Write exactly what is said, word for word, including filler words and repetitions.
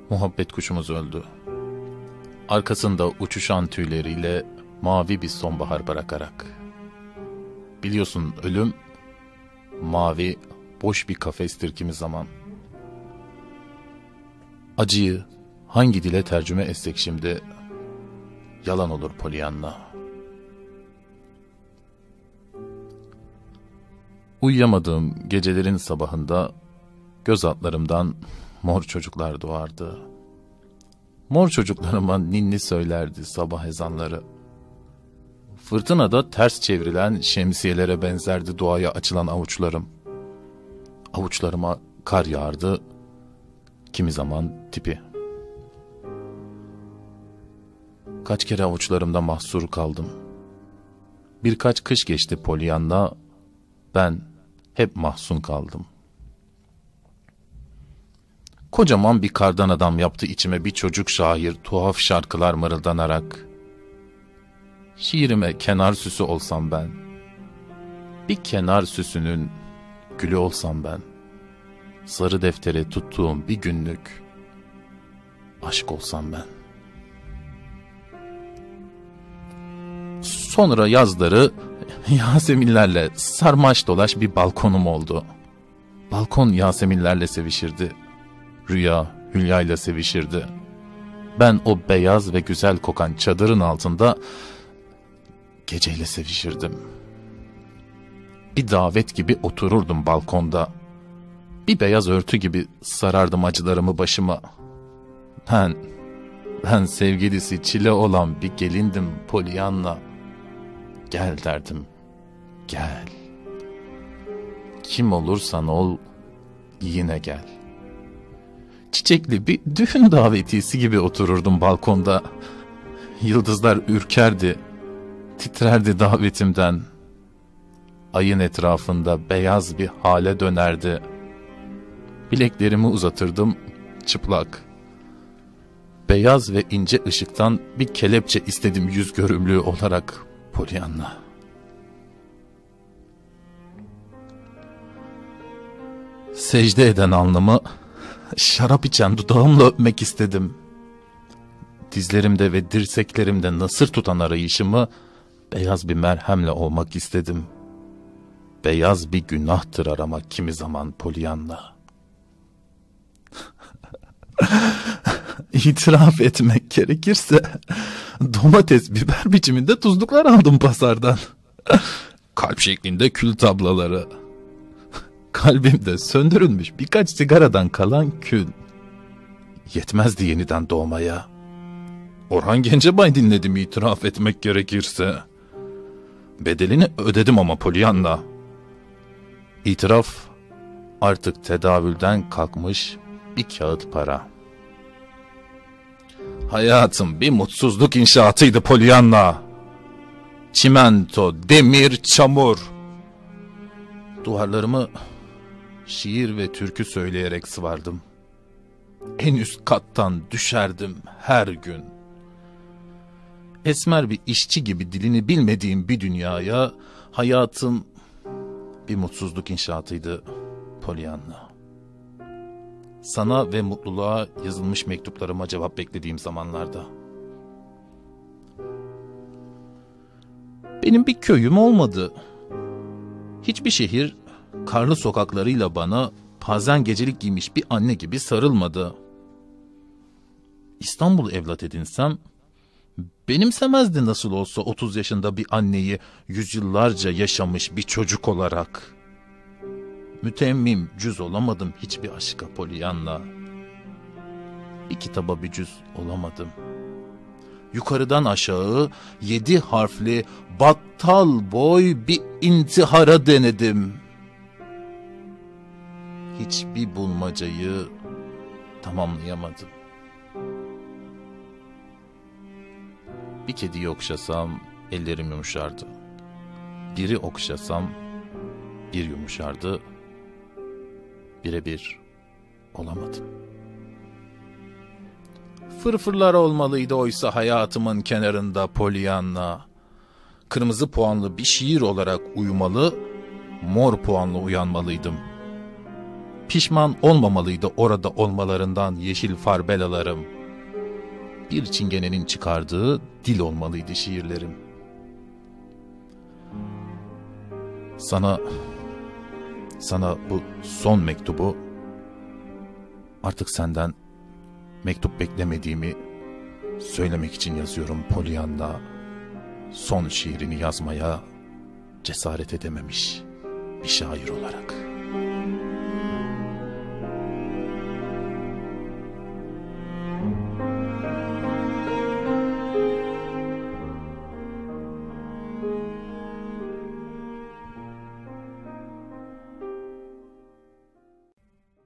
Muhabbet kuşumuz öldü. Arkasında uçuşan tüyleriyle mavi bir sonbahar bırakarak. Biliyorsun ölüm, mavi, boş bir kafestir kimi zaman. Acıyı hangi dile tercüme etsek şimdi, yalan olur Pollyanna. Uyuyamadığım gecelerin sabahında göz altlarımdan mor çocuklar doğardı. Mor çocuklarıma ninni söylerdi sabah ezanları. Fırtınada ters çevrilen şemsiyelere benzerdi duaya açılan avuçlarım. Avuçlarıma kar yağardı, kimi zaman tipi. Kaç kere avuçlarımda mahsur kaldım. Birkaç kış geçti Pollyanna, ben hep mahzun kaldım. Kocaman bir kardan adam yaptı içime bir çocuk şair tuhaf şarkılar mırıldanarak. Şiirime kenar süsü olsam ben, bir kenar süsünün gülü olsam ben, sarı deftere tuttuğum bir günlük aşk olsam ben. Sonra yazları Yaseminlerle sarmaş dolaş bir balkonum oldu. Balkon Yaseminlerle sevişirdi. Rüya Hülya'yla sevişirdi. Ben o beyaz ve güzel kokan çadırın altında geceyle sevişirdim. Bir davet gibi otururdum balkonda. Bir beyaz örtü gibi sarardım acılarımı başıma. Ben, ben sevgilisi çile olan bir gelindim Pollyanna. Gel derdim, gel. Kim olursan ol, yine gel. Çiçekli bir düğün davetiyesi gibi otururdum balkonda. Yıldızlar ürkerdi, titrerdi davetimden. Ayın etrafında beyaz bir hale dönerdi. Bileklerimi uzatırdım, çıplak. Beyaz ve ince ışıktan bir kelepçe istedim yüz görümlüğü olarak Pollyanna. Secde eden alnımı şarap içen dudağımla öpmek istedim. Dizlerimde ve dirseklerimde nasır tutan arayışımı beyaz bir merhemle olmak istedim. Beyaz bir günahtır aramak kimi zaman Pollyanna. İtiraf etmek gerekirse domates, biber biçiminde tuzluklar aldım pazardan. Kalp şeklinde kül tablaları. Kalbimde söndürülmüş birkaç sigaradan kalan kül. Yetmezdi yeniden doğmaya. Orhan Gencebay dinledim itiraf etmek gerekirse. Bedelini ödedim ama Pollyanna. İtiraf artık tedavülden kalkmış bir kağıt para. Hayatım bir mutsuzluk inşaatıydı Pollyanna. Çimento, demir, çamur. Duvarlarımı şiir ve türkü söyleyerek sıvardım. En üst kattan düşerdim her gün. Esmer bir işçi gibi dilini bilmediğim bir dünyaya hayatım bir mutsuzluk inşaatıydı Pollyanna. Sana ve mutluluğa yazılmış mektuplarıma cevap beklediğim zamanlarda. Benim bir köyüm olmadı. Hiçbir şehir karlı sokaklarıyla bana pazen gecelik giymiş bir anne gibi sarılmadı. İstanbul evlat edinsem benimsemezdi nasıl olsa otuz yaşında bir anneyi yüzyıllarca yaşamış bir çocuk olarak. Mütemmim cüz olamadım hiçbir aşka Pollyanna. Bir kitaba bir cüz olamadım. Yukarıdan aşağı yedi harfli battal boy bir intihara denedim. Hiçbir bulmacayı tamamlayamadım. Bir kediyi okşasam ellerim yumuşardı. Biri okşasam bir yumuşardı. Birebir olamadım. Fırfırlar olmalıydı oysa hayatımın kenarında Pollyanna. Kırmızı puanlı bir şiir olarak uyumalı, mor puanlı uyanmalıydım. pişman olmamalıydı orada olmalarından yeşil farbelalarım. Bir çingenenin çıkardığı dil olmalıydı şiirlerim. Sana, sana bu son mektubu artık senden mektup beklemediğimi söylemek için yazıyorum Pollyanna. Son şiirini yazmaya cesaret edememiş bir şair olarak.